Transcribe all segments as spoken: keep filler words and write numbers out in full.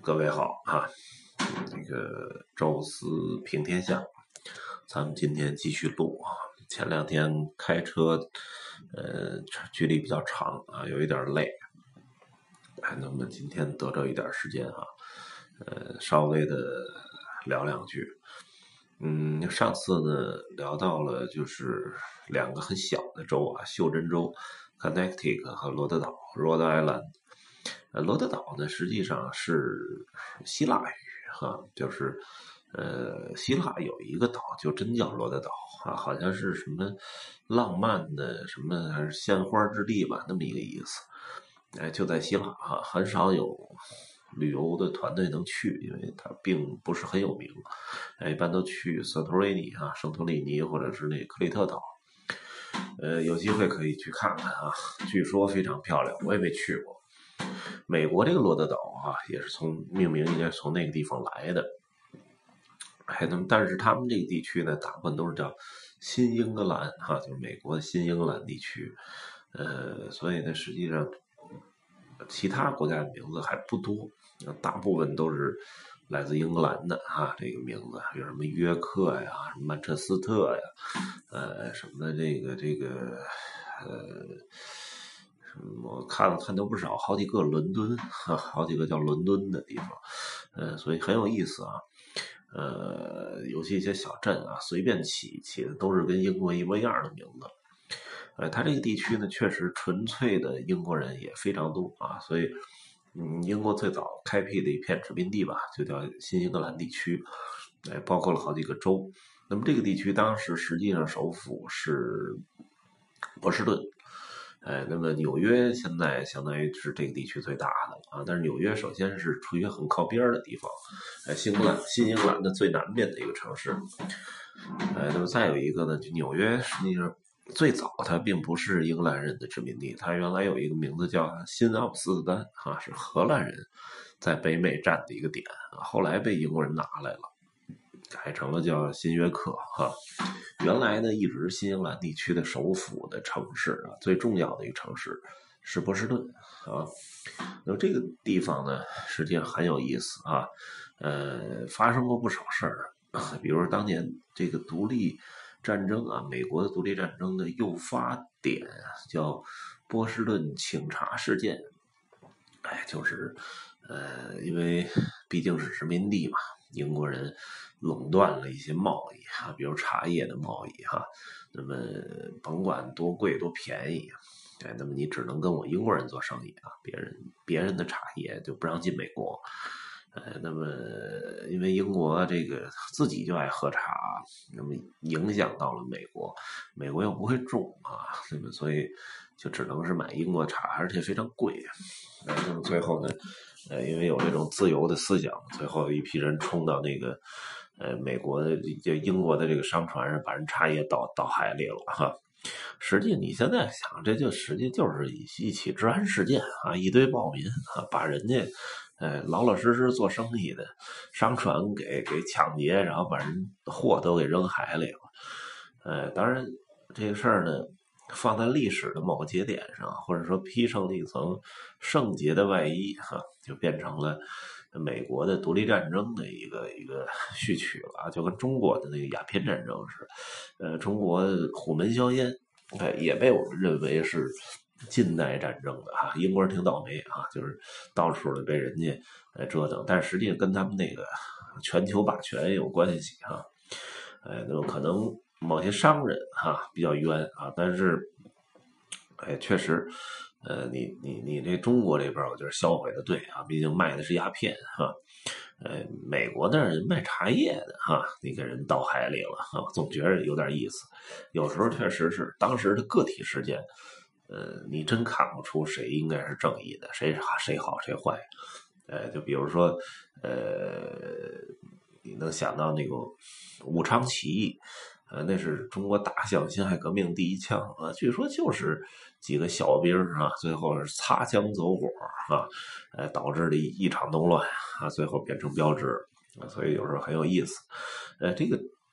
各位好啊，这个周四平天下，咱们今天继续录啊。前两天开车，呃，距离比较长啊，有一点累，哎，那么今天得着一点时间啊，呃，稍微的聊两句。嗯，上次呢聊到了就是两个很小的州啊，袖珍州 Connecticut 和罗德岛 Rhode Island。呃，罗德岛呢实际上是希腊语哈，就是呃希腊有一个岛就真叫罗德岛啊，好像是什么浪漫的什么还是鲜花之地吧，那么一个意思。哎，就在希腊啊，很少有旅游的团队能去，因为它并不是很有名。哎，一般都去圣托里尼啊、圣托里尼或者是那克里特岛。呃，有机会可以去看看啊，据说非常漂亮，我也没去过。美国这个罗德岛啊，也是从命名应该是从那个地方来的。哎，那么但是他们这个地区呢，大部分都是叫新英格兰哈、啊，就是美国的新英格兰地区。呃，所以呢，实际上其他国家的名字还不多，大部分都是来自英格兰的啊，这个名字有什么约克呀、什么曼彻斯特呀，呃，什么这个这个呃。我看了看都不少，好几个伦敦，哈，好几个叫伦敦的地方，呃，所以很有意思啊。呃，尤其一些小镇啊，随便起起的都是跟英国一模一样的名字。呃，它这个地区呢，确实纯粹的英国人也非常多啊，所以，嗯，英国最早开辟的一片殖民地吧，就叫新英格兰地区，哎，包括了好几个州。那么这个地区当时实际上首府是波士顿。哎，那么纽约现在相当于是这个地区最大的啊，但是纽约首先是处于很靠边的地方，哎，新英格兰新英格兰的最南边的一个城市。哎，那么再有一个呢，就纽约实际上最早它并不是英格兰人的殖民地，它原来有一个名字叫新阿姆斯特丹啊，是荷兰人在北美占的一个点，后来被英国人拿来了，改成了叫新约克哈。原来呢，一直新英格兰地区的首府的城市啊，最重要的一个城市是波士顿啊。那么这个地方呢，实际上很有意思啊，呃，发生过不少事儿，比如当年这个独立战争啊，美国的独立战争的诱发点叫波士顿请察事件。哎，就是呃，因为毕竟是殖民地嘛，英国人垄断了一些贸易哈，比如茶叶的贸易哈，那么甭管多贵多便宜，哎，那么你只能跟我英国人做生意啊，别人别人的茶叶就不让进美国。呃，那么因为英国这个自己就爱喝茶，那么影响到了美国，美国又不会种啊，那么所以就只能是买英国茶，而且非常贵。呃，那么最后呢，呃，因为有这种自由的思想，最后一批人冲到那个呃美国的就英国的这个商船上，把人茶叶倒倒海里了哈。实际你现在想，这就实际就是一一起治安事件啊，一堆暴民啊，把人家。呃，老老实实做生意的商船给给抢劫，然后把人货都给扔海里了。呃，当然这个事儿呢，放在历史的某个节点上，或者说披上了一层圣洁的外衣，哈，就变成了美国的独立战争的一个一个序曲了，就跟中国的那个鸦片战争似的。呃，中国虎门销烟，哎，也被我们认为是。近代战争的哈，英国人挺倒霉啊，就是到处的被人家呃折腾，但实际上跟他们那个全球霸权有关系哈。哎，那么可能某些商人哈比较冤啊，但是哎确实，呃，你你你这中国这边我觉得销毁的对啊，毕竟卖的是鸦片哈。呃，美国那儿卖茶叶的哈，你给人倒海里了啊，总觉得有点意思。有时候确实是当时的个体事件。呃，你真看不出谁应该是正义的，谁谁好谁坏。呃，就比如说，呃，你能想到那个武昌起义，呃，那是中国打响辛亥革命第一枪啊，据说就是几个小兵啊，最后是擦枪走火啊，呃，导致了一场动乱啊，最后变成标志，所以有时候很有意思。呃，这个。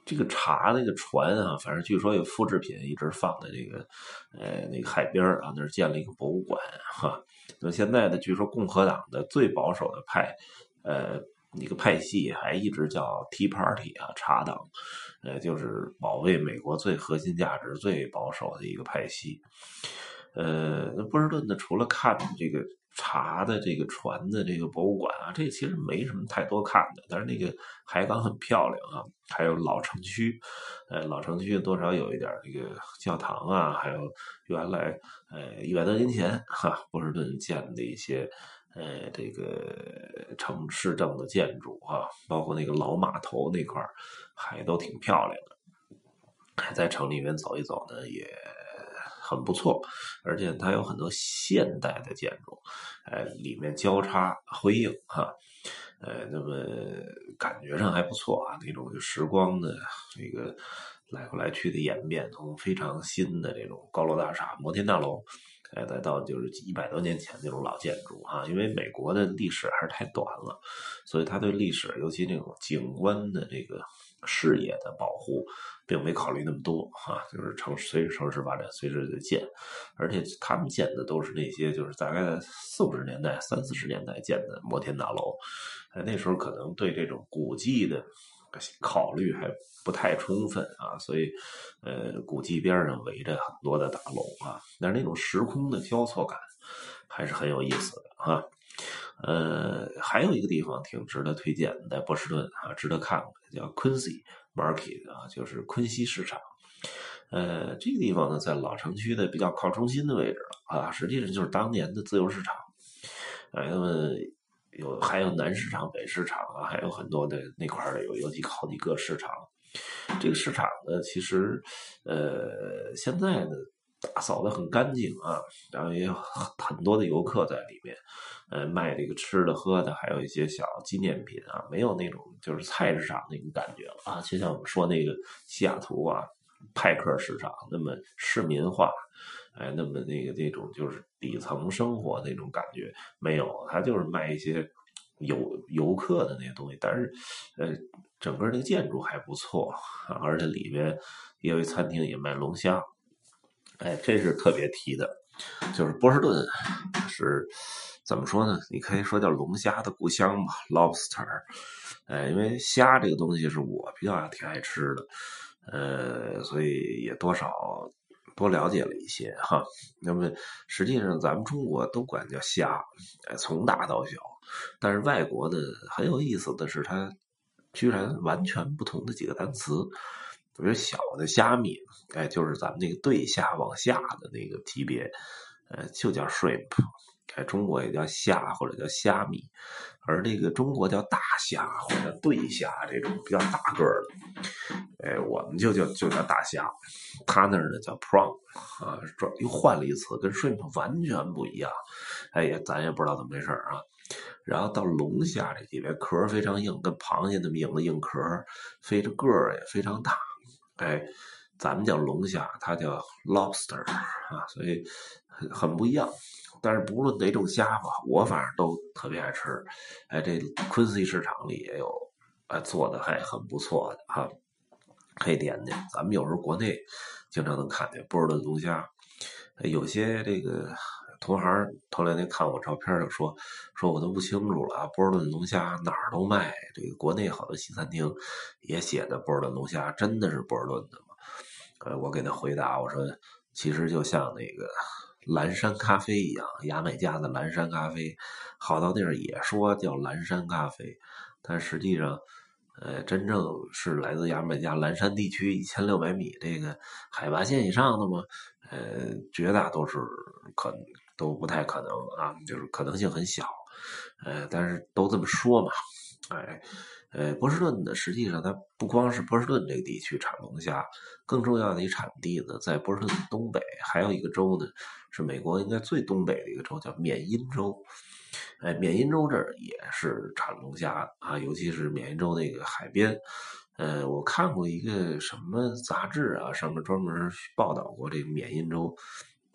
这个茶那个船啊，反正据说有复制品一直放在这个呃那个海边啊，那儿建了一个博物馆哈。那现在的据说共和党的最保守的派，呃。一个派系还一直叫 Tea Party 啊，茶党，呃，就是保卫美国最核心价值、最保守的一个派系。呃，那波士顿呢，除了看这个茶的这个船的这个博物馆啊，这其实没什么太多看的，但是那个海港很漂亮啊，还有老城区，呃，老城区多少有一点这个教堂啊，还有原来呃一百多年前哈波士顿建的一些。呃，这个城市政的建筑啊，包括那个老码头那块还都挺漂亮的。在城里面走一走呢，也很不错，而且它有很多现代的建筑，呃，里面交叉辉映哈，呃，那么感觉上还不错啊，那种时光的这个来回来去的演变，从非常新的这种高楼大厦、摩天大楼。哎，再到就是一百多年前那种老建筑啊，因为美国的历史还是太短了，所以他对历史，尤其这种景观的这个视野的保护，并没考虑那么多啊。就是城随着城市发展，随着的建，而且他们建的都是那些就是大概在四五十年代、三四十年代建的摩天大楼，哎，那时候可能对这种古迹的。考虑还不太充分啊，所以，呃，古迹边上围着很多的大楼啊，但是那种时空的交错感还是很有意思的啊。呃，还有一个地方挺值得推荐的，在波士顿啊，值得看看，叫 Quincy Market 啊，就是昆西市场。呃，这个地方呢，在老城区的比较靠中心的位置了啊，实际上就是当年的自由市场。哎，那么。有还有南市场、北市场啊，还有很多的那块儿有有几好几个市场。这个市场呢，其实呃现在呢打扫的很干净啊，然后也有很多的游客在里面，呃卖这个吃的喝的，还有一些小纪念品啊，没有那种就是菜市场那种感觉了啊。就像我们说那个西雅图啊，派克市场那么市民化。哎，那么那个那种就是底层生活那种感觉没有，他就是卖一些游游客的那些东西，但是呃，整个那个建筑还不错啊，而且里面也有一餐厅也卖龙虾，哎，这是特别提的，就是波士顿是怎么说呢？你可以说叫龙虾的故乡吧 ，lobster，哎，因为虾这个东西是我比较挺爱吃的，呃，所以也多少。多了解了一些哈，那么实际上咱们中国都管叫虾，从大到小，但是外国的很有意思的是，它居然完全不同的几个单词，比如小的虾米，哎，就是咱们那个对虾往下的那个级别，呃，就叫 shrimp，哎，中国也叫虾或者叫虾米，而这个中国叫大虾或者对虾这种比较大个儿的，哎，我们就叫就叫大虾，他那儿呢叫 prawn 啊，又换了一词，跟 shrimp 完全不一样，哎呀，咱也不知道怎么回事啊。然后到龙虾这级别，壳非常硬，跟螃蟹那么硬的硬壳，飞着个儿也非常大，哎，咱们叫龙虾，它叫 lobster 啊，所以很很不一样。但是不论哪种虾吧，我反正都特别爱吃。哎，这昆西市场里也有，哎，做的还很不错的哈，可以点点。咱们有时候国内经常能看见波士顿龙虾，有些这个同行头两天看我照片就说说我都不清楚了啊，波士顿龙虾哪儿都卖。这个国内好多西餐厅也写的波士顿龙虾，真的是波士顿的吗？呃，我给他回答我说，其实就像那个。蓝山咖啡一样，牙买加的蓝山咖啡，好多地儿也说叫蓝山咖啡，但实际上，呃，真正是来自牙买加蓝山地区一千六百米这个海拔线以上的嘛，呃，绝大多数可都不太可能啊，就是可能性很小，呃，但是都这么说嘛，哎。呃，波士顿呢，实际上它不光是波士顿这个地区产龙虾，更重要的一产地呢，在波士顿东北还有一个州呢，是美国应该最东北的一个州，叫缅因州。哎，缅因州这儿也是产龙虾啊，尤其是缅因州那个海边。呃，我看过一个什么杂志啊，上面专门报道过这个缅因州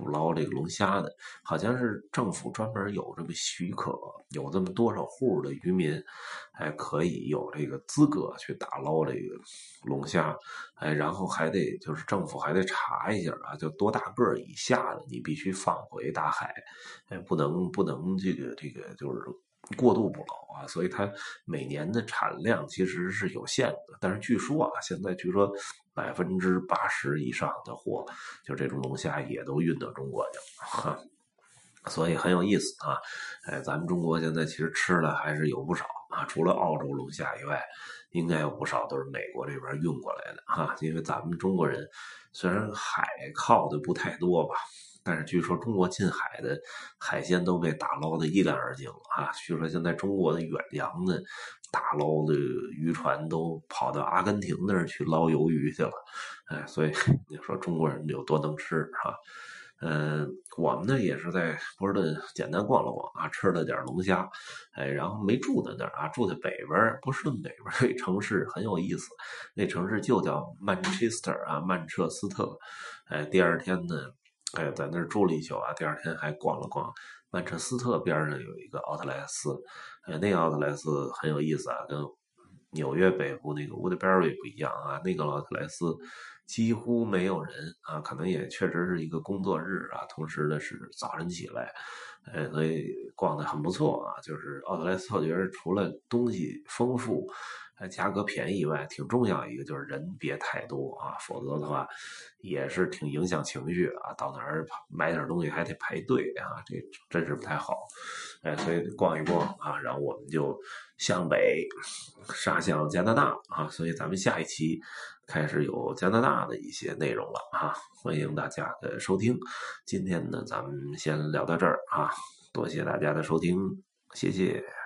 捕捞这个龙虾的，好像是政府专门有这么许可，有这么多少户的渔民，还可以有这个资格去打捞这个龙虾，哎，然后还得就是政府还得查一下啊，就多大个以下的你必须放回大海，哎，不能不能这个这个就是过度捕捞啊，所以它每年的产量其实是有限的。但是据说啊，现在据说百分之八十以上的货，就这种龙虾也都运到中国去了，哈，所以很有意思啊。哎，咱们中国现在其实吃的还是有不少啊，除了澳洲龙虾以外，应该有不少都是美国这边运过来的哈。因为咱们中国人虽然海靠的不太多吧，但是据说中国近海的海鲜都被打捞的一干二净了啊！据说现在中国的远洋的打捞的渔船都跑到阿根廷那儿去捞鱿鱼去了，哎，所以你说中国人有多能吃啊？嗯，我们呢也是在波士顿简单逛了逛啊，吃了点龙虾，哎，然后没住在那儿啊，住在北边，波士顿北边这城市很有意思，那城市就叫曼彻斯特啊，曼彻斯特，哎，第二天呢。哎，在那儿住了一宿啊，第二天还逛了逛曼彻斯特边上有一个奥特莱斯，哎，那个奥特莱斯很有意思啊，跟纽约北部那个 Woodbury 不一样啊，那个奥特莱斯几乎没有人啊，可能也确实是一个工作日啊，同时呢是早晨起来，哎，所以逛的很不错啊。就是奥特莱斯，我觉得除了东西丰富，还价格便宜以外，挺重要一个就是人别太多啊，否则的话也是挺影响情绪啊。到哪儿买点东西还得排队啊，这真是不太好。哎，所以逛一逛啊，然后我们就向北杀向加拿大啊，所以咱们下一期开始有加拿大的一些内容了啊，欢迎大家的收听。今天呢，咱们先聊到这儿啊，多谢大家的收听，谢谢。